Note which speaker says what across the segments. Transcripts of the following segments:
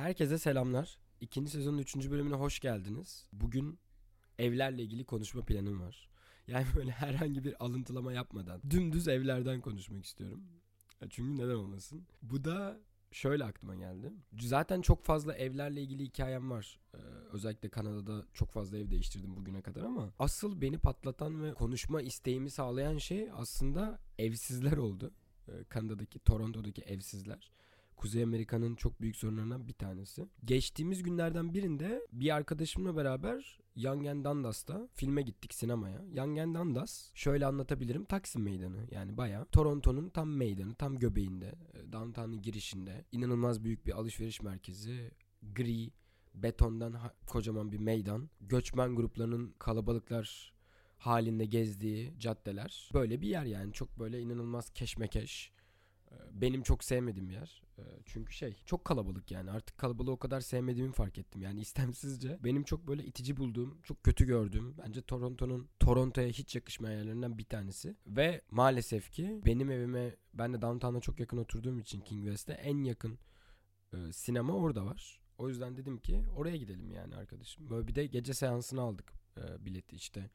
Speaker 1: Herkese selamlar. İkinci sezonun 3. bölümüne hoş geldiniz. Bugün evlerle ilgili konuşma planım var. Yani böyle herhangi bir alıntılama yapmadan dümdüz evlerden konuşmak istiyorum. Çünkü neden olmasın? Bu da şöyle aklıma geldi. Zaten çok fazla evlerle ilgili hikayem var. Özellikle Kanada'da çok fazla ev değiştirdim bugüne kadar ama asıl beni patlatan ve konuşma isteğimi sağlayan şey aslında evsizler oldu. Kanada'daki, Toronto'daki evsizler. Kuzey Amerika'nın çok büyük sorunlarından bir tanesi. Geçtiğimiz günlerden birinde bir arkadaşımla beraber Yonge and Dundas'ta filme gittik, sinemaya. Yonge and Dundas, şöyle anlatabilirim, Taksim Meydanı, yani bayağı Toronto'nun tam meydanı, tam göbeğinde, downtown'ın girişinde. İnanılmaz büyük bir alışveriş merkezi, gri, betondan kocaman bir meydan, göçmen gruplarının kalabalıklar halinde gezdiği caddeler. Böyle bir yer yani, çok böyle inanılmaz keşmekeş. Benim çok sevmediğim bir yer. Çünkü çok kalabalık yani. Artık kalabalığı o kadar sevmediğimi fark ettim. Yani istemsizce benim çok böyle itici bulduğum, çok kötü gördüğüm, bence Toronto'ya hiç yakışmayan yerlerinden bir tanesi. Ve maalesef ki benim evime, ben de downtown'a çok yakın oturduğum için King West'te en yakın sinema orada var. O yüzden dedim ki oraya gidelim yani arkadaşım. Böyle bir de gece seansını aldık, bileti işte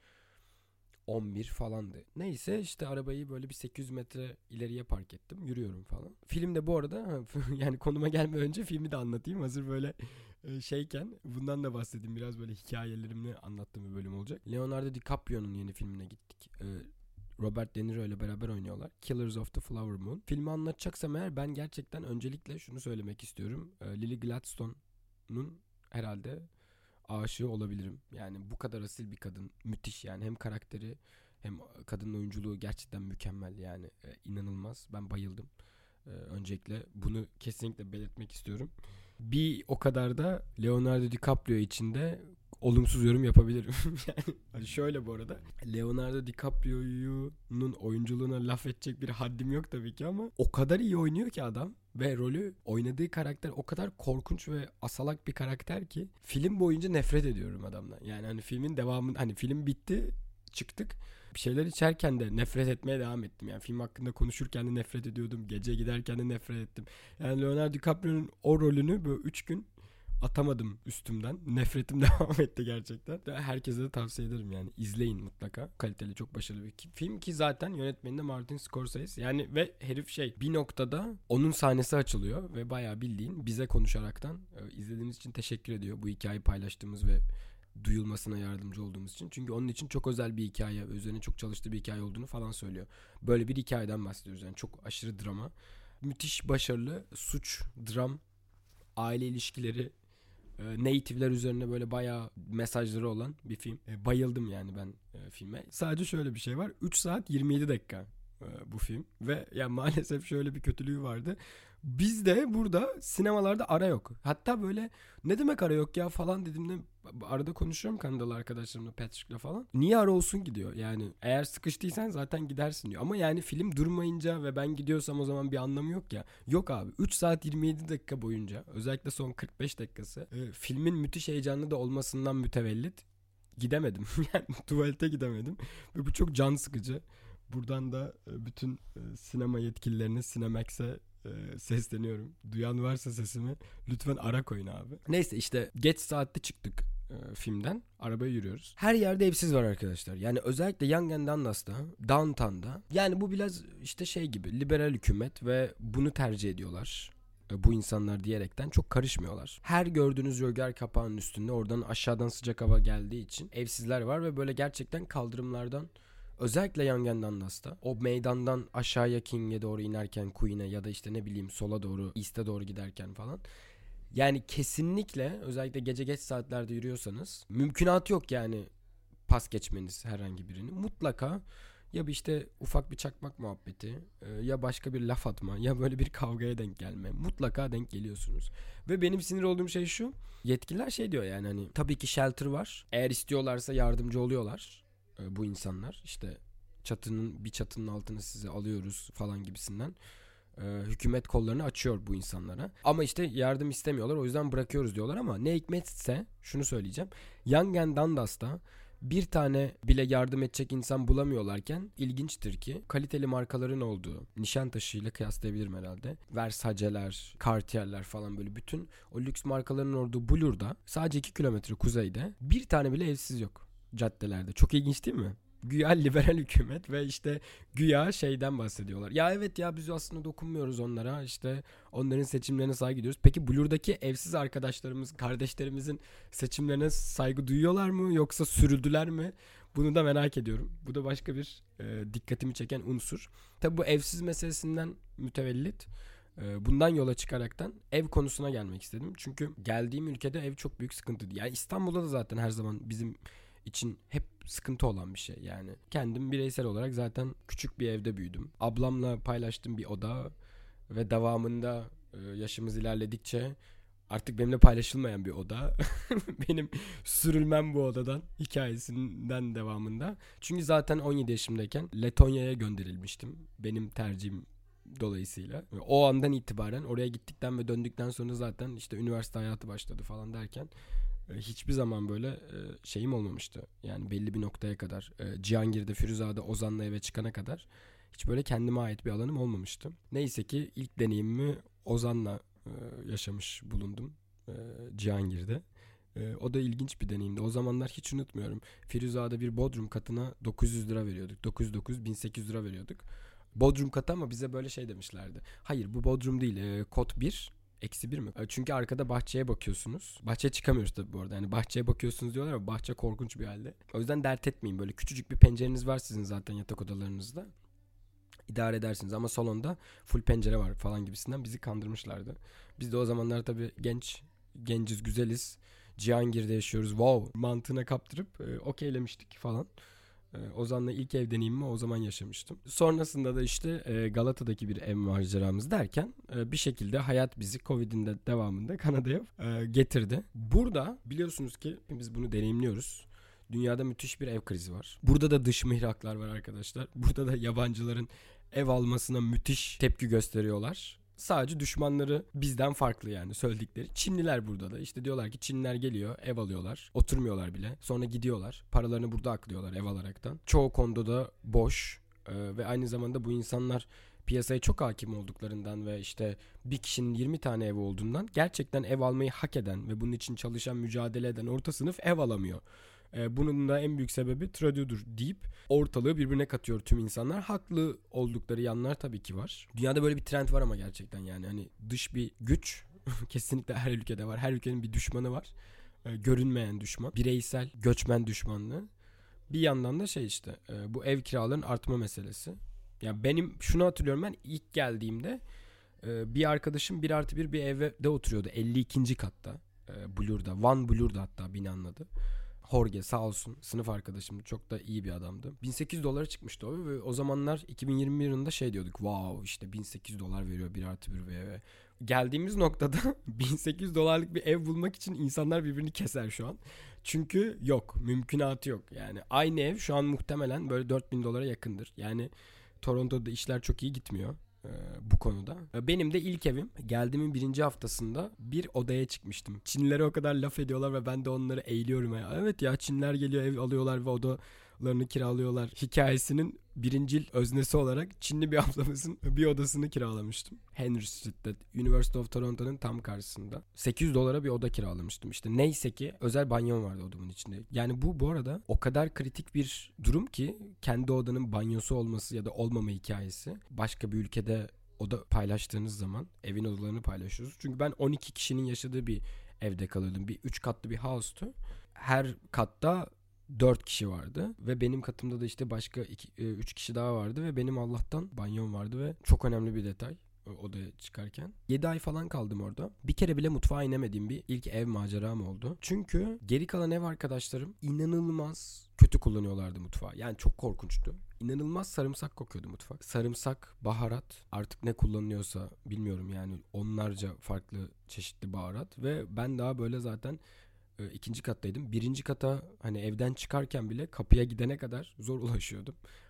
Speaker 1: 11 falandı. Neyse işte arabayı böyle bir 800 metre ileriye park ettim. Yürüyorum falan. Filmde bu arada yani konuma gelmeden önce filmi de anlatayım. Hazır böyle şeyken bundan da bahsedeyim. Biraz böyle hikayelerimi anlattığım bir bölüm olacak. Leonardo DiCaprio'nun yeni filmine gittik. Robert De Niro ile beraber oynuyorlar. Killers of the Flower Moon. Filmi anlatacaksam eğer, ben gerçekten öncelikle şunu söylemek istiyorum. Lily Gladstone'un herhalde aşığı olabilirim. Yani bu kadar asil bir kadın, müthiş yani, hem karakteri hem kadının oyunculuğu gerçekten mükemmel yani, inanılmaz. Ben bayıldım. Öncelikle bunu kesinlikle belirtmek istiyorum. Bir o kadar da Leonardo DiCaprio için de olumsuz yorum yapabilirim. Yani şöyle, bu arada Leonardo DiCaprio'nun oyunculuğuna laf edecek bir haddim yok tabii ki ama o kadar iyi oynuyor ki adam ve oynadığı karakter o kadar korkunç ve asalak bir karakter ki film boyunca nefret ediyorum adamdan. Yani hani filmin devamı, hani film bitti, çıktık, bir şeyler içerken de nefret etmeye devam ettim. Yani film hakkında konuşurken de nefret ediyordum. Gece giderken de nefret ettim. Yani Leonardo DiCaprio'nun o rolünü böyle 3 gün atamadım üstümden. Nefretim devam etti gerçekten. Herkese de tavsiye ederim yani. İzleyin mutlaka. Kaliteli, çok başarılı bir film ki zaten yönetmeni de Martin Scorsese. Yani ve herif bir noktada onun sahnesi açılıyor ve bayağı bildiğin bize konuşaraktan izlediğiniz için teşekkür ediyor. Bu hikayeyi paylaştığımız ve duyulmasına yardımcı olduğumuz için. Çünkü onun için çok özel bir hikaye, üzerine çok çalıştığı bir hikaye olduğunu falan söylüyor. Böyle bir hikayeden bahsediyoruz yani, çok aşırı drama. Müthiş başarılı suç, dram, aile ilişkileri, native'ler üzerine böyle bayağı mesajları olan bir film. Bayıldım yani ben filme. Sadece şöyle bir şey var. 3 saat 27 dakika bu film. Ve ya maalesef şöyle bir kötülüğü vardı. Bizde burada sinemalarda ara yok. Hatta böyle ne demek ara yok ya falan dediğimde, arada konuşuyorum Kanadalı arkadaşlarımla, Patrick'le falan. Niye ara olsun ki diyor. Yani eğer sıkıştıysan zaten gidersin diyor. Ama yani film durmayınca ve ben gidiyorsam o zaman bir anlamı yok ya. Yok abi, 3 saat 27 dakika boyunca, özellikle son 45 dakikası filmin müthiş heyecanlı da olmasından mütevellit gidemedim. Yani tuvalete gidemedim. Ve bu çok can sıkıcı. Buradan da bütün sinema yetkililerine, Cinemax'e sesleniyorum. Duyan varsa sesimi lütfen ara koyun abi. Neyse işte geç saatte çıktık filmden. Arabaya yürüyoruz. Her yerde evsiz var arkadaşlar. Yani özellikle Yonge and Dundas'ta, downtown'da. Yani bu biraz işte gibi, liberal hükümet ve bunu tercih ediyorlar. Bu insanlar diyerekten çok karışmıyorlar. Her gördüğünüz rögar kapağının üstünde, oradan aşağıdan sıcak hava geldiği için evsizler var ve böyle gerçekten kaldırımlardan, özellikle Yonge and Dundas'ta, o meydandan aşağıya King'e doğru inerken, Queen'e ya da işte ne bileyim sola doğru, East'e doğru giderken falan. Yani kesinlikle, özellikle gece geç saatlerde yürüyorsanız mümkünatı yok yani pas geçmeniz herhangi birini. Mutlaka ya bir işte ufak bir çakmak muhabbeti, ya başka bir laf atma, ya böyle bir kavgaya denk gelme. Mutlaka denk geliyorsunuz. Ve benim sinir olduğum şey şu. Yetkililer diyor yani, hani tabii ki shelter var. Eğer istiyorlarsa yardımcı oluyorlar bu insanlar. İşte bir çatının altına sizi alıyoruz falan gibisinden. Hükümet kollarını açıyor bu insanlara. Ama işte yardım istemiyorlar, o yüzden bırakıyoruz diyorlar ama ne hikmetse şunu söyleyeceğim. Yonge and Dundas'ta bir tane bile yardım edecek insan bulamıyorlarken ilginçtir ki kaliteli markaların olduğu, Nişantaşı ile kıyaslayabilirim herhalde, Versace'ler, Cartier'ler falan, böyle bütün o lüks markaların olduğu Blur'da sadece 2 kilometre kuzeyde bir tane bile evsiz yok caddelerde. Çok ilginç değil mi? Güya liberal hükümet ve işte güya şeyden bahsediyorlar. Ya evet ya, biz aslında dokunmuyoruz onlara, işte onların seçimlerine saygı duyuyoruz. Peki Blur'daki evsiz arkadaşlarımız, kardeşlerimizin seçimlerine saygı duyuyorlar mı, yoksa sürüldüler mi? Bunu da merak ediyorum. Bu da başka bir dikkatimi çeken unsur. Tabi bu evsiz meselesinden mütevellit, bundan yola çıkaraktan ev konusuna gelmek istedim. Çünkü geldiğim ülkede ev çok büyük sıkıntıydı. Yani İstanbul'da da zaten her zaman bizim için hep sıkıntı olan bir şey yani. Kendim bireysel olarak zaten küçük bir evde büyüdüm. Ablamla paylaştığım bir oda ve devamında yaşımız ilerledikçe artık benimle paylaşılmayan bir oda. Benim sürülmem bu odadan hikayesinden devamında. Çünkü zaten 17 yaşımdayken Letonya'ya gönderilmiştim. Benim tercihim dolayısıyla. O andan itibaren oraya gittikten ve döndükten sonra zaten işte üniversite hayatı başladı falan derken hiçbir zaman böyle şeyim olmamıştı. Yani belli bir noktaya kadar, Cihangir'de, Firuza'da, Ozan'la eve çıkana kadar hiç böyle kendime ait bir alanım olmamıştı. Neyse ki ilk deneyimimi Ozan'la yaşamış bulundum Cihangir'de. O da ilginç bir deneyimdi. O zamanlar hiç unutmuyorum. Firuza'da bir bodrum katına 900 lira veriyorduk. 909 1800 lira veriyorduk. Bodrum katı, ama bize böyle şey demişlerdi. Hayır, bu bodrum değil, kod 1. Eksi 1 mi? Çünkü arkada bahçeye bakıyorsunuz. Bahçeye çıkamıyoruz tabii bu arada. Yani bahçeye bakıyorsunuz diyorlar ama bahçe korkunç bir halde. O yüzden dert etmeyin. Böyle küçücük bir pencereniz var sizin zaten yatak odalarınızda. İdare edersiniz ama salonda full pencere var falan gibisinden bizi kandırmışlardı. Biz de o zamanlar tabii genciz, güzeliz. Cihangir'de yaşıyoruz. Wow mantığına kaptırıp okeylemiştik falan. Ozan'la ilk ev deneyimimi o zaman yaşamıştım. Sonrasında da işte Galata'daki bir ev maceramız derken bir şekilde hayat bizi Covid'in de devamında Kanada'ya getirdi. Burada biliyorsunuz ki biz bunu deneyimliyoruz. Dünyada müthiş bir ev krizi var. Burada da dış mihraklar var arkadaşlar. Burada da yabancıların ev almasına müthiş tepki gösteriyorlar. Sadece düşmanları bizden farklı yani söyledikleri. Çinliler burada da işte diyorlar ki Çinliler geliyor, ev alıyorlar, oturmuyorlar bile. Sonra gidiyorlar, paralarını burada aklıyorlar ev alaraktan. Çoğu kondoda boş ve aynı zamanda bu insanlar piyasaya çok hakim olduklarından ve işte bir kişinin 20 tane evi olduğundan gerçekten ev almayı hak eden ve bunun için çalışan, mücadele eden orta sınıf ev alamıyor. Bunun da en büyük sebebi Tradeo'dur deyip ortalığı birbirine katıyor tüm insanlar. Haklı oldukları yanlar tabii ki var. Dünyada böyle bir trend var ama gerçekten yani hani dış bir güç kesinlikle her ülkede var. Her ülkenin bir düşmanı var. Görünmeyen düşman, bireysel göçmen düşmanlığı. Bir yandan da şey işte bu ev kiralarının artma meselesi. Yani benim şunu hatırlıyorum, ben ilk geldiğimde bir arkadaşım 1+1 bir evde oturuyordu 52. katta. Blur'da, One Blur'da hatta binanın adı. Jorge sağ olsun, sınıf arkadaşımdı, çok da iyi bir adamdı. $1800 çıkmıştı o ve o zamanlar 2021 yılında şey diyorduk, wow işte $1800 veriyor 1+1 bir eve. Geldiğimiz noktada $1800'lık bir ev bulmak için insanlar birbirini keser şu an. Çünkü yok, mümkünatı yok. Yani aynı ev şu an muhtemelen böyle $4000 yakındır. Yani Toronto'da işler çok iyi gitmiyor bu konuda. Benim de ilk evim, geldiğimin 1. haftasında bir odaya çıkmıştım. Çinlilere o kadar laf ediyorlar ve ben de onları eğliyorum. Evet ya, Çinliler geliyor ev alıyorlar ve odalarını kiralıyorlar hikayesinin birincil öznesi olarak Çinli bir ablamızın bir odasını kiralamıştım. Henry Street'te, University of Toronto'nun tam karşısında. $800 bir oda kiralamıştım. İşte neyse ki özel banyom vardı odamın içinde. Yani bu arada o kadar kritik bir durum ki kendi odanın banyosu olması ya da olmama hikayesi. Başka bir ülkede oda paylaştığınız zaman evin odalarını paylaşıyorsunuz. Çünkü ben 12 kişinin yaşadığı bir evde kalıyordum. Bir 3 katlı bir house'tu. Her katta 4 kişi vardı ve benim katımda da işte başka 3 kişi daha vardı ve benim Allah'tan banyom vardı ve çok önemli bir detay odaya çıkarken. 7 ay falan kaldım orada. Bir kere bile mutfağa inemediğim bir ilk ev maceram oldu. Çünkü geri kalan ev arkadaşlarım inanılmaz kötü kullanıyorlardı mutfağı. Yani çok korkunçtu. İnanılmaz sarımsak kokuyordu mutfak. Sarımsak, baharat, artık ne kullanılıyorsa bilmiyorum yani, onlarca farklı çeşitli baharat ve ben daha böyle zaten 2. kattaydım. 1. kata hani evden çıkarken bile kapıya gidene kadar zor ulaşıyordum.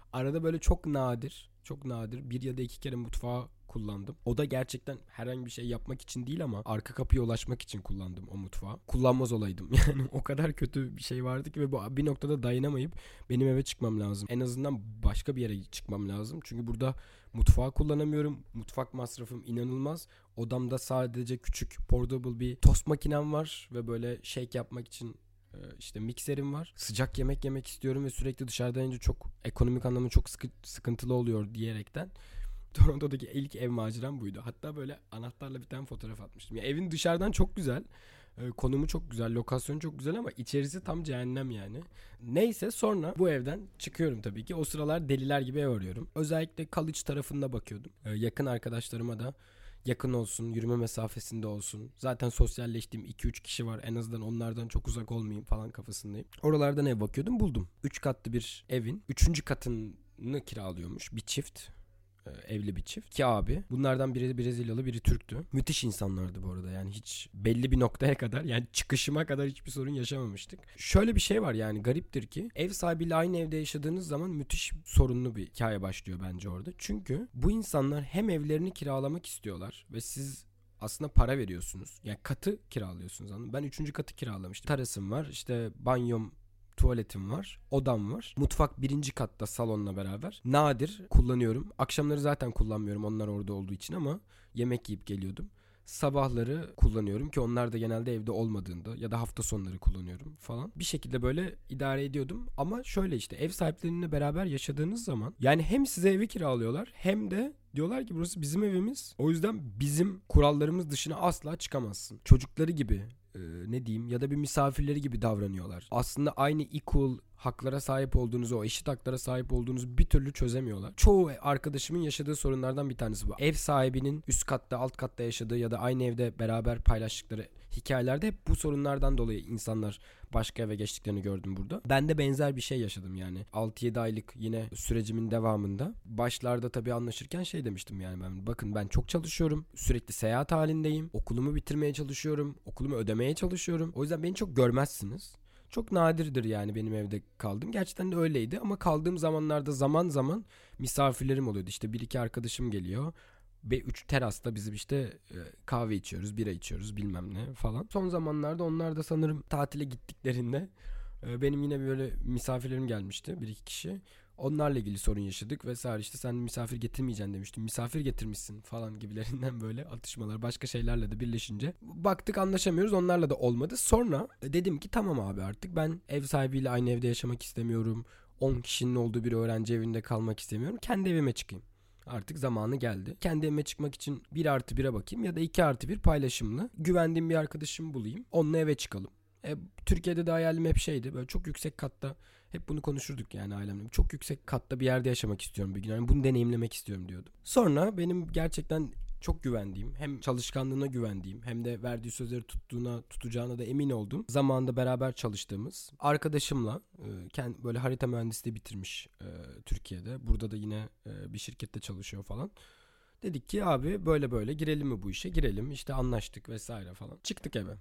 Speaker 1: Arada böyle çok nadir bir ya da iki kere mutfağı kullandım. O da gerçekten herhangi bir şey yapmak için değil ama arka kapıya ulaşmak için kullandım o mutfağı. Kullanmaz olaydım. Yani o kadar kötü bir şey vardı ki ve bu bir noktada dayanamayıp benim eve çıkmam lazım. En azından başka bir yere çıkmam lazım. Çünkü burada mutfağı kullanamıyorum. Mutfak masrafım inanılmaz. Odamda sadece küçük portable bir tost makinem var ve böyle shake yapmak için işte mikserim var. Sıcak yemek yemek istiyorum ve sürekli dışarıdan önce çok ekonomik anlamda çok sıkıntılı oluyor diyerekten Toronto'daki ilk ev maceram buydu. Hatta böyle anahtarla bir tane fotoğraf atmıştım. Ya evin dışarıdan çok güzel. Konumu çok güzel, lokasyonu çok güzel ama içerisi tam cehennem yani. Neyse sonra bu evden çıkıyorum tabii ki. O sıralar deliler gibi ev arıyorum. Özellikle College tarafında bakıyordum. Yakın arkadaşlarıma da yakın olsun, yürüme mesafesinde olsun. Zaten sosyalleştiğim 2-3 kişi var. En azından onlardan çok uzak olmayayım falan kafasındayım. Oralardan ev bakıyordum, buldum. 3 katlı bir evin 3. katını kiralıyormuş bir çift. Evli bir çift. 2 abi. Bunlardan biri Brezilyalı, biri Türktü. Müthiş insanlardı bu arada. Yani hiç belli bir noktaya kadar, yani çıkışıma kadar hiçbir sorun yaşamamıştık. Şöyle bir şey var, yani gariptir ki ev sahibiyle aynı evde yaşadığınız zaman müthiş sorunlu bir hikaye başlıyor bence orada. Çünkü bu insanlar hem evlerini kiralamak istiyorlar ve siz aslında para veriyorsunuz. Yani katı kiralıyorsunuz, anladın mı? Ben 3. katı kiralamıştım. Terasım var, işte banyom, tuvaletim var, odam var. Mutfak 1. katta salonla beraber. Nadir kullanıyorum. Akşamları zaten kullanmıyorum onlar orada olduğu için ama yemek yiyip geliyordum. Sabahları kullanıyorum ki onlar da genelde evde olmadığında ya da hafta sonları kullanıyorum falan. Bir şekilde böyle idare ediyordum ama şöyle işte ev sahiplerinle beraber yaşadığınız zaman yani hem size evi kiralıyorlar hem de diyorlar ki burası bizim evimiz. O yüzden bizim kurallarımız dışına asla çıkamazsın. Çocukları gibi ne diyeyim ya da bir misafirleri gibi davranıyorlar. Aslında aynı equal haklara sahip olduğunuzu, o eşit haklara sahip olduğunuzu bir türlü çözemiyorlar. Çoğu arkadaşımın yaşadığı sorunlardan bir tanesi bu. Ev sahibinin üst katta, alt katta yaşadığı ya da aynı evde beraber paylaştıkları hikayelerde hep bu sorunlardan dolayı insanlar başka eve geçtiklerini gördüm burada. Ben de benzer bir şey yaşadım yani. 6-7 aylık yine sürecimin devamında. Başlarda tabii anlaşırken şey demiştim yani ben. Bakın ben çok çalışıyorum. Sürekli seyahat halindeyim. Okulumu bitirmeye çalışıyorum. Okulumu ödemeye çalışıyorum. O yüzden beni çok görmezsiniz. Çok nadirdir yani benim evde kaldığım. Gerçekten de öyleydi ama kaldığım zamanlarda zaman zaman misafirlerim oluyordu. İşte bir iki arkadaşım geliyor. Ve 3 terasta bizim işte kahve içiyoruz, bira içiyoruz bilmem ne falan. Son zamanlarda onlar da sanırım tatile gittiklerinde benim yine böyle misafirlerim gelmişti, bir iki kişi. Onlarla ilgili sorun yaşadık vesaire, işte sen misafir getirmeyeceksin demiştim. Misafir getirmişsin falan gibilerinden böyle atışmalar başka şeylerle de birleşince. Baktık anlaşamıyoruz, onlarla da olmadı. Sonra dedim ki tamam abi artık ben ev sahibiyle aynı evde yaşamak istemiyorum. 10 kişinin olduğu bir öğrenci evinde kalmak istemiyorum. Kendi evime çıkayım. Artık zamanı geldi. Kendi evime çıkmak için 1+1'e bakayım ya da 2+1 paylaşımlı. Güvendiğim bir arkadaşımı bulayım. Onunla eve çıkalım. Türkiye'de de hayalim hep şeydi. Böyle çok yüksek katta, hep bunu konuşurduk yani ailemle. Çok yüksek katta bir yerde yaşamak istiyorum bir gün. Yani bunu deneyimlemek istiyorum diyordum. Sonra benim gerçekten çok güvendiğim, hem çalışkanlığına güvendiğim hem de verdiği sözleri tutacağına da emin olduğum, zamanında beraber çalıştığımız arkadaşımla böyle harita mühendisliği bitirmiş Türkiye'de. Burada da yine bir şirkette çalışıyor falan. Dedik ki abi böyle böyle girelim mi bu işe? Girelim, işte anlaştık vesaire falan. Çıktık eve.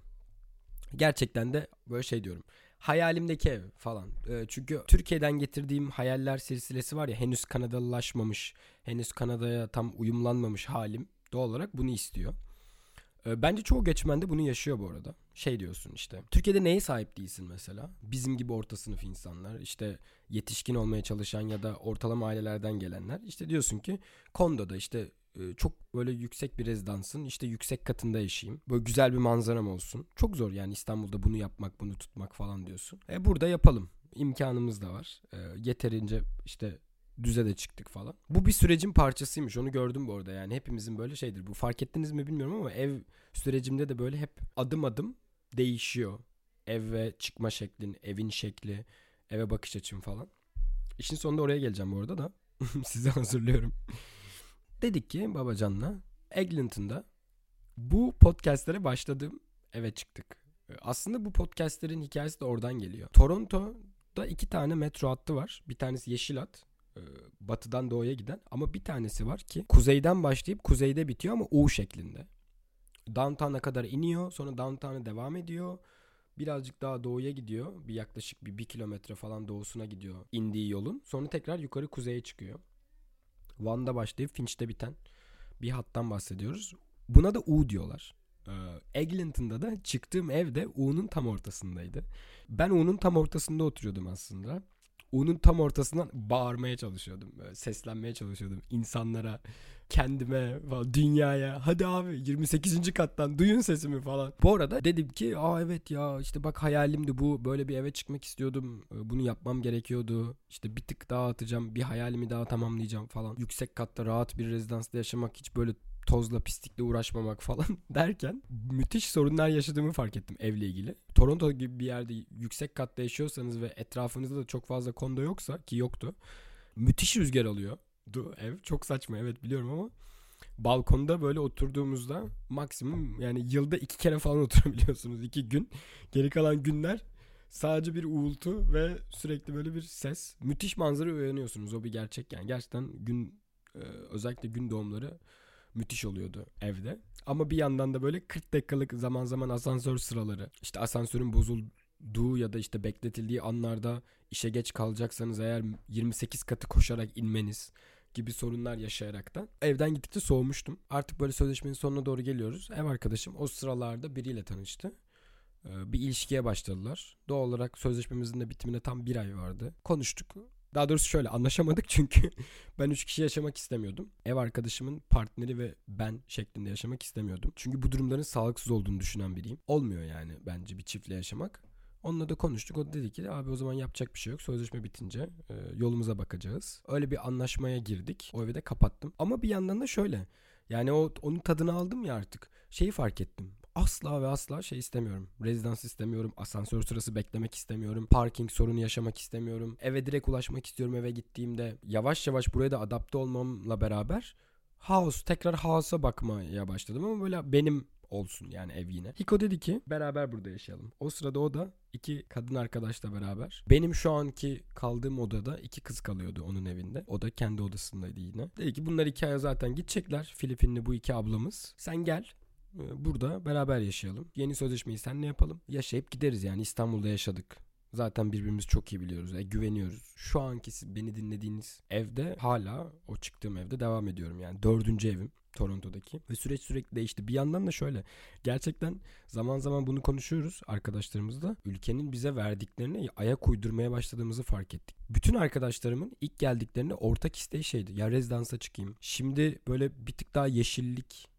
Speaker 1: Gerçekten de böyle şey diyorum. Hayalimdeki ev falan. Çünkü Türkiye'den getirdiğim hayaller silsilesi var ya, henüz Kanadalılaşmamış, henüz Kanada'ya tam uyumlanmamış halim doğal olarak bunu istiyor. Bence çoğu göçmen de bunu yaşıyor bu arada. Şey diyorsun işte. Türkiye'de neye sahip değilsin mesela? Bizim gibi orta sınıf insanlar, işte yetişkin olmaya çalışan ya da ortalama ailelerden gelenler. İşte diyorsun ki kondoda işte çok böyle yüksek bir rezidansın, işte yüksek katında yaşayayım. Böyle güzel bir manzaram olsun. Çok zor yani İstanbul'da bunu yapmak, bunu tutmak falan diyorsun. Burada yapalım. İmkanımız da var. Yeterince işte düze de çıktık falan. Bu bir sürecin parçasıymış. Onu gördüm bu arada. Yani hepimizin böyle şeydir. Bu fark ettiniz mi bilmiyorum ama ev sürecimde de böyle hep adım adım değişiyor. Eve çıkma şeklin, evin şekli, eve bakış açım falan. İşin sonunda oraya geleceğim bu arada da. Sizi hazırlıyorum. Dedik ki Babacan'la Eglinton'da bu podcastlere başladığım eve çıktık. Aslında bu podcastlerin hikayesi de oradan geliyor. Toronto'da 2 tane metro hattı var. Bir tanesi yeşil hat, batıdan doğuya giden, ama bir tanesi var ki kuzeyden başlayıp kuzeyde bitiyor ama U şeklinde. Downtown'a kadar iniyor, sonra downtown'a devam ediyor. Birazcık daha doğuya gidiyor. Yaklaşık bir kilometre falan doğusuna gidiyor indiği yolun. Sonra tekrar yukarı kuzeye çıkıyor. Van'da başlayıp Finch'te biten bir hattan bahsediyoruz. Buna da U diyorlar. Eglinton'da da çıktığım ev de U'nun tam ortasındaydı. Ben U'nun tam ortasında oturuyordum aslında. U'nun tam ortasından bağırmaya çalışıyordum. Seslenmeye çalışıyordum insanlara, kendime, dünyaya. Hadi abi 28. kattan duyun sesimi falan. Bu arada dedim ki evet ya işte bak hayalimdi bu. Böyle bir eve çıkmak istiyordum. Bunu yapmam gerekiyordu. İşte bir tık daha atacağım. Bir hayalimi daha tamamlayacağım falan. Yüksek katta rahat bir rezidansta yaşamak, hiç böyle tozla pislikle uğraşmamak falan derken müthiş sorunlar yaşadığımı fark ettim evle ilgili. Toronto gibi bir yerde yüksek katta yaşıyorsanız ve etrafınızda da çok fazla kondo yoksa, ki yoktu, müthiş rüzgar alıyordu ev. Çok saçma, evet biliyorum, ama balkonda böyle oturduğumuzda maksimum yani yılda 2 kere falan oturabiliyorsunuz. 2 gün. Geri kalan günler sadece bir uğultu ve sürekli böyle bir ses. Müthiş manzara uyanıyorsunuz. O bir gerçek yani. Gerçekten özellikle gün doğumları müthiş oluyordu evde. Ama bir yandan da böyle 40 dakikalık zaman zaman asansör sıraları. İşte asansörün bozulduğu ya da işte bekletildiği anlarda işe geç kalacaksanız eğer 28 katı koşarak inmeniz gibi sorunlar yaşayaraktan evden gittikçe soğumuştum. Artık böyle sözleşmenin sonuna doğru geliyoruz. Ev arkadaşım o sıralarda biriyle tanıştı. Bir ilişkiye başladılar. Doğal olarak sözleşmemizin de bitimine tam 1 ay vardı. Konuştuk. Daha doğrusu şöyle anlaşamadık çünkü ben 3 kişi yaşamak istemiyordum. Ev arkadaşımın partneri ve ben şeklinde yaşamak istemiyordum. Çünkü bu durumların sağlıksız olduğunu düşünen biriyim. Olmuyor yani bence bir çiftle yaşamak. Onunla da konuştuk. O da dedi ki abi o zaman yapacak bir şey yok. Sözleşme bitince yolumuza bakacağız. Öyle bir anlaşmaya girdik. O evi de kapattım. Ama bir yandan da şöyle. Yani onun tadını aldım ya artık. Şeyi fark ettim. Asla ve asla şey istemiyorum. Rezidans istemiyorum. Asansör sırası beklemek istemiyorum. Parking sorunu yaşamak istemiyorum. Eve direkt ulaşmak istiyorum eve gittiğimde. Yavaş yavaş buraya da adapte olmamla beraber tekrar house'a bakmaya başladım ama böyle benim olsun yani ev yine. Hiko dedi ki beraber burada yaşayalım. O sırada o da 2 kadın arkadaşla beraber. Benim şu anki kaldığım odada 2 kız kalıyordu onun evinde. O da kendi odasındaydı yine. Dedi ki bunlar 2 aya zaten gidecekler. Filipinli bu 2 ablamız. Sen gel. Burada beraber yaşayalım. Yeni sözleşmeyi seninle yapalım. Yaşayıp gideriz yani, İstanbul'da yaşadık. Zaten birbirimizi çok iyi biliyoruz. Güveniyoruz. Şu anki beni dinlediğiniz evde hala o çıktığım evde devam ediyorum. Yani 4. evim Toronto'daki. Ve süreç sürekli değişti. Bir yandan da şöyle. Gerçekten zaman zaman bunu konuşuyoruz arkadaşlarımızla. Ülkenin bize verdiklerine ayak uydurmaya başladığımızı fark ettik. Bütün arkadaşlarımın ilk geldiklerinde ortak isteği şeydi. Ya rezidansa çıkayım. Şimdi böyle bir tık daha yeşillik,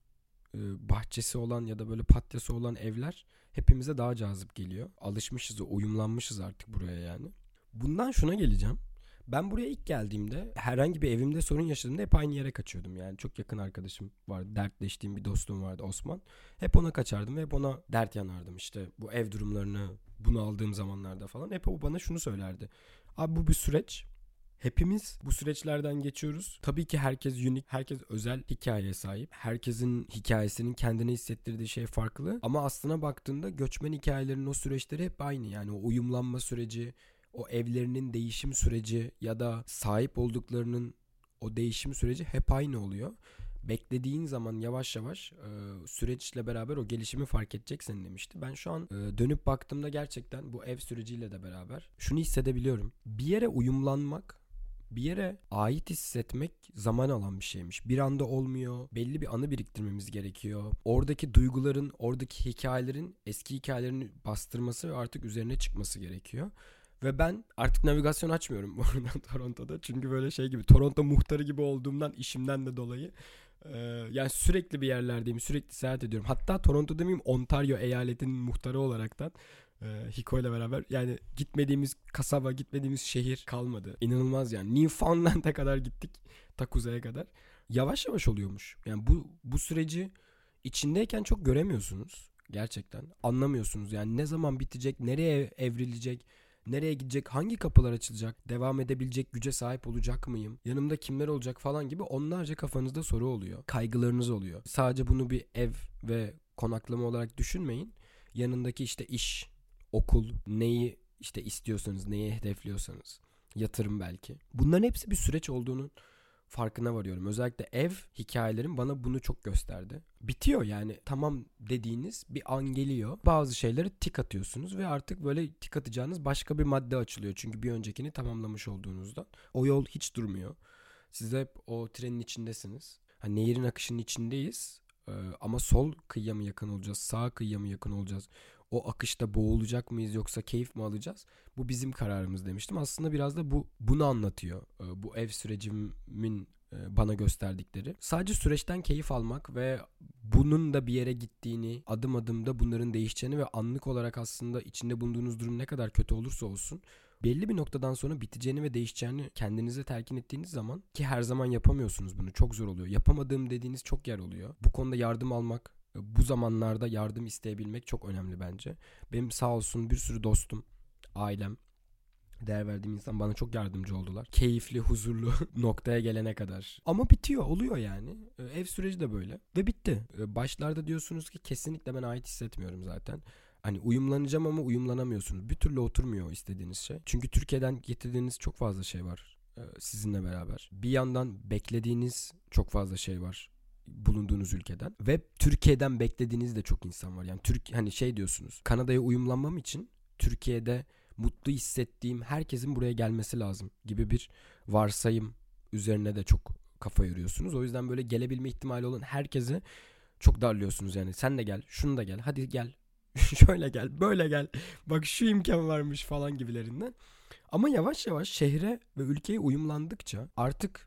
Speaker 1: bahçesi olan ya da böyle patyası olan evler hepimize daha cazip geliyor. Alışmışız, uyumlanmışız artık buraya yani. Bundan şuna geleceğim. Ben buraya ilk geldiğimde herhangi bir evimde sorun yaşadığımda hep aynı yere kaçıyordum. Yani çok yakın arkadaşım vardı. Dertleştiğim bir dostum vardı, Osman. Hep ona kaçardım ve hep ona dert yanardım. İşte bu ev durumlarını bunu aldığım zamanlarda falan. Hep o bana şunu söylerdi. Abi bu bir süreç. Hepimiz bu süreçlerden geçiyoruz. Tabii ki herkes unik, herkes özel hikayeye sahip. Herkesin hikayesinin kendine hissettirdiği şey farklı. Ama aslına baktığında göçmen hikayelerinin o süreçleri hep aynı. Yani o uyumlanma süreci, o evlerinin değişim süreci ya da sahip olduklarının o değişim süreci hep aynı oluyor. Beklediğin zaman yavaş yavaş süreçle beraber o gelişimi fark edeceksin demişti. Ben şu an dönüp baktığımda gerçekten bu ev süreciyle de beraber şunu hissedebiliyorum. Bir yere uyumlanmak, bir yere ait hissetmek zaman alan bir şeymiş. Bir anda olmuyor. Belli bir anı biriktirmemiz gerekiyor. Oradaki duyguların, oradaki hikayelerin eski hikayelerini bastırması ve artık üzerine çıkması gerekiyor. Ve ben artık navigasyon açmıyorum bu arada Toronto'da. Çünkü böyle şey gibi, Toronto muhtarı gibi olduğumdan, işimden de dolayı yani sürekli bir yerlerdeyim. Sürekli seyahat ediyorum. Hatta Toronto demeyeyim, Ontario eyaletinin muhtarı olaraktan Hiko ile beraber yani gitmediğimiz kasaba, gitmediğimiz şehir kalmadı. İnanılmaz yani. Newfoundland'e kadar gittik. Ta kuzeye kadar. Yavaş yavaş oluyormuş. Yani bu süreci içindeyken çok göremiyorsunuz. Gerçekten. Anlamıyorsunuz. Yani ne zaman bitecek, nereye evrilecek, nereye gidecek, hangi kapılar açılacak, devam edebilecek güce sahip olacak mıyım, yanımda kimler olacak falan gibi onlarca kafanızda soru oluyor. Kaygılarınız oluyor. Sadece bunu bir ev ve konaklama olarak düşünmeyin. Yanındaki işte iş, okul, neyi işte istiyorsanız, neyi hedefliyorsanız, yatırım belki. Bunların hepsi bir süreç olduğunun farkına varıyorum. Özellikle ev hikayelerim bana bunu çok gösterdi. Bitiyor yani, tamam dediğiniz bir an geliyor. Bazı şeyleri tik atıyorsunuz ve artık böyle tik atacağınız başka bir madde açılıyor. Çünkü bir öncekini tamamlamış olduğunuzdan. O yol hiç durmuyor. Siz hep o trenin içindesiniz. Hani nehirin akışının içindeyiz. Ama sol kıyıya mı yakın olacağız, sağ kıyıya mı yakın olacağız? O akışta boğulacak mıyız yoksa keyif mi alacağız? Bu bizim kararımız demiştim. Aslında biraz da bunu anlatıyor. Bu ev sürecimin bana gösterdikleri. Sadece süreçten keyif almak ve bunun da bir yere gittiğini, adım adım da bunların değişeceğini ve anlık olarak aslında içinde bulunduğunuz durum ne kadar kötü olursa olsun belli bir noktadan sonra biteceğini ve değişeceğini kendinize telkin ettiğiniz zaman, ki her zaman yapamıyorsunuz bunu, çok zor oluyor. Yapamadığım dediğiniz çok yer oluyor. Bu konuda yardım almak, bu zamanlarda yardım isteyebilmek çok önemli bence. Benim sağ olsun bir sürü dostum, ailem, değer verdiğim insan bana çok yardımcı oldular. Keyifli, huzurlu noktaya gelene kadar. Ama bitiyor, oluyor yani. Ev süreci de böyle. Ve bitti. Başlarda diyorsunuz ki kesinlikle ben ait hissetmiyorum zaten. Hani uyumlanacağım ama uyumlanamıyorsunuz. Bir türlü oturmuyor istediğiniz şey. Çünkü Türkiye'den getirdiğiniz çok fazla şey var sizinle beraber. Bir yandan beklediğiniz çok fazla şey var bulunduğunuz ülkeden ve Türkiye'den beklediğiniz de çok insan var. Yani hani şey diyorsunuz. Kanada'ya uyumlanmam için Türkiye'de mutlu hissettiğim herkesin buraya gelmesi lazım gibi bir varsayım üzerine de çok kafa yoruyorsunuz. O yüzden böyle gelebilme ihtimali olan herkese çok darlıyorsunuz yani. Sen de gel, şunu da gel, hadi gel. Şöyle gel, böyle gel. Bak şu imkan varmış falan gibilerinden. Ama yavaş yavaş şehre ve ülkeye uyumlandıkça, artık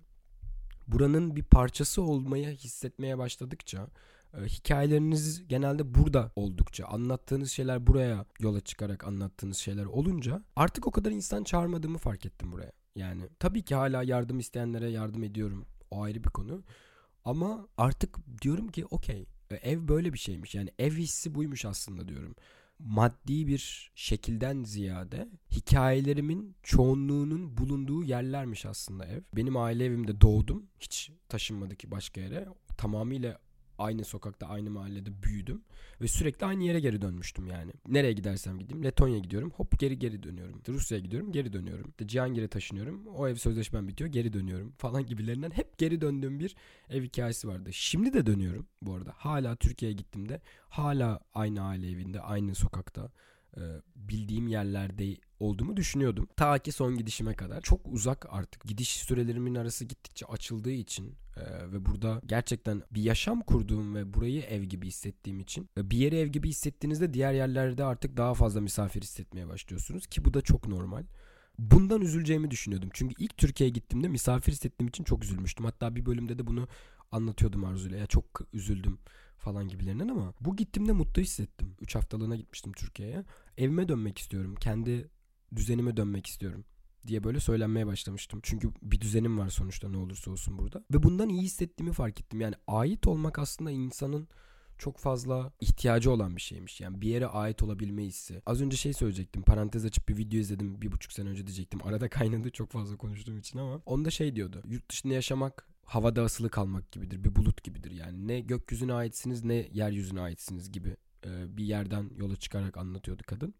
Speaker 1: buranın bir parçası olmaya, hissetmeye başladıkça, hikayeleriniz genelde burada oldukça, anlattığınız şeyler buraya yola çıkarak anlattığınız şeyler olunca artık o kadar insan çağırmadığımı fark ettim buraya. Yani tabii ki hala yardım isteyenlere yardım ediyorum. O ayrı bir konu. Ama artık diyorum ki okey, ev böyle bir şeymiş. Yani ev hissi buymuş aslında diyorum. Maddi bir şekilden ziyade hikayelerimin çoğunluğunun bulunduğu yerlermiş aslında ev. Benim aile evimde doğdum. Hiç taşınmadı ki başka yere. Tamamıyla aynı sokakta, aynı mahallede büyüdüm. Ve sürekli aynı yere geri dönmüştüm yani. Nereye gidersem gideyim. Letonya'ya gidiyorum. Hop geri dönüyorum. Rusya'ya gidiyorum. Geri dönüyorum. İşte Cihangir'e taşınıyorum. O ev sözleşmem bitiyor. Geri dönüyorum. Falan gibilerinden hep geri döndüğüm bir ev hikayesi vardı. Şimdi de dönüyorum bu arada. Hala Türkiye'ye gittiğimde hala aynı aile evinde, aynı sokakta, bildiğim yerlerde olduğumu düşünüyordum. Ta ki son gidişime kadar. Çok uzak artık. Gidiş sürelerimin arası gittikçe açıldığı için ve burada gerçekten bir yaşam kurduğum ve burayı ev gibi hissettiğim için, bir yeri ev gibi hissettiğinizde diğer yerlerde artık daha fazla misafir hissetmeye başlıyorsunuz ki bu da çok normal. Bundan üzüleceğimi düşünüyordum. Çünkü ilk Türkiye'ye gittiğimde misafir hissettiğim için çok üzülmüştüm. Hatta bir bölümde de bunu anlatıyordum Arzu'yla. Ya çok üzüldüm falan gibilerinden, ama bu gittiğimde mutlu hissettim. 3 haftalığına gitmiştim Türkiye'ye. Evime dönmek istiyorum. Kendi düzenime dönmek istiyorum diye böyle söylenmeye başlamıştım. Çünkü bir düzenim var sonuçta, ne olursa olsun burada. Ve bundan iyi hissettiğimi fark ettim. Yani ait olmak aslında insanın çok fazla ihtiyacı olan bir şeymiş. Yani bir yere ait olabilme hissi. Az önce şey söyleyecektim. Parantez açıp bir video izledim. 1,5 sene önce diyecektim. Arada kaynadı çok fazla konuştuğum için ama. Onda şey diyordu. Yurt dışında yaşamak havada asılı kalmak gibidir. Bir bulut gibidir yani. Ne gökyüzüne aitsiniz ne yeryüzüne aitsiniz gibi bir yerden yola çıkarak anlatıyordu kadın.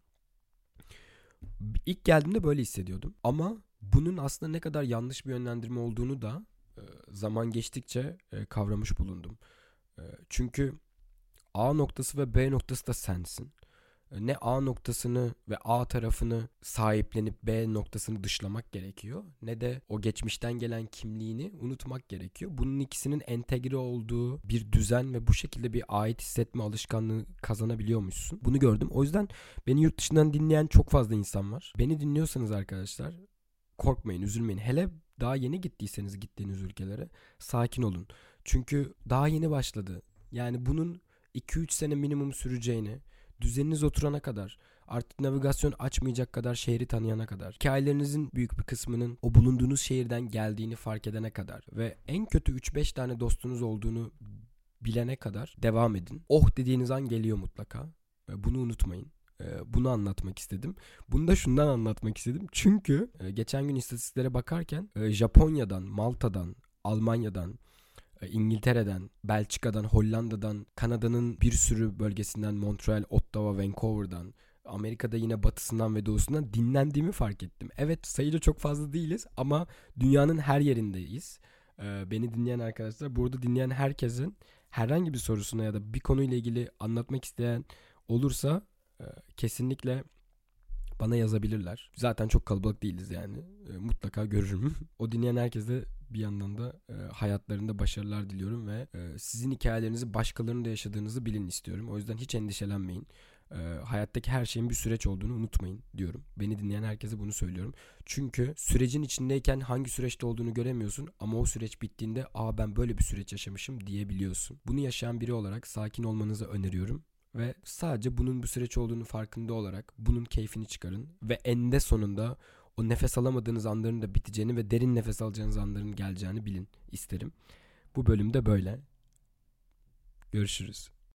Speaker 1: İlk geldiğimde böyle hissediyordum. Ama bunun aslında ne kadar yanlış bir yönlendirme olduğunu da zaman geçtikçe kavramış bulundum. Çünkü A noktası ve B noktası da sensin. Ne A noktasını ve A tarafını sahiplenip B noktasını dışlamak gerekiyor, ne de o geçmişten gelen kimliğini unutmak gerekiyor. Bunun ikisinin entegre olduğu bir düzen ve bu şekilde bir ait hissetme alışkanlığı kazanabiliyormuşsun. Bunu gördüm. O yüzden beni yurt dışından dinleyen çok fazla insan var. Beni dinliyorsanız arkadaşlar, korkmayın, üzülmeyin. Hele daha yeni gittiyseniz gittiğiniz ülkelere sakin olun. Çünkü daha yeni başladı. Yani bunun 2-3 sene minimum süreceğini, düzeniniz oturana kadar, artık navigasyon açmayacak kadar şehri tanıyana kadar, hikayelerinizin büyük bir kısmının o bulunduğunuz şehirden geldiğini fark edene kadar ve en kötü 3-5 tane dostunuz olduğunu bilene kadar devam edin. Oh dediğiniz an geliyor mutlaka. Bunu unutmayın. Bunu anlatmak istedim. Bunu da şundan anlatmak istedim. Çünkü geçen gün istatistiklere bakarken Japonya'dan, Malta'dan, Almanya'dan, İngiltere'den, Belçika'dan, Hollanda'dan, Kanada'nın bir sürü bölgesinden, Montreal, Ottawa, Vancouver'dan, Amerika'da yine batısından ve doğusundan dinlendiğimi fark ettim. Evet, sayıca çok fazla değiliz ama dünyanın her yerindeyiz. Beni dinleyen arkadaşlar, burada dinleyen herkesin herhangi bir sorusuna ya da bir konuyla ilgili anlatmak isteyen olursa kesinlikle bana yazabilirler. Zaten çok kalabalık değiliz yani. Mutlaka görürüm. O dinleyen herkese bir yandan da hayatlarında başarılar diliyorum ve sizin hikayelerinizi başkalarının da yaşadığınızı bilin istiyorum. O yüzden hiç endişelenmeyin. Hayattaki her şeyin bir süreç olduğunu unutmayın diyorum. Beni dinleyen herkese bunu söylüyorum. Çünkü sürecin içindeyken hangi süreçte olduğunu göremiyorsun ama o süreç bittiğinde ben böyle bir süreç yaşamışım diyebiliyorsun. Bunu yaşayan biri olarak sakin olmanızı öneriyorum. Ve sadece bunun bir süreç olduğunu farkında olarak bunun keyfini çıkarın. Ve eninde sonunda o nefes alamadığınız anların da biteceğini ve derin nefes alacağınız anların geleceğini bilin isterim. Bu bölümde böyle. Görüşürüz.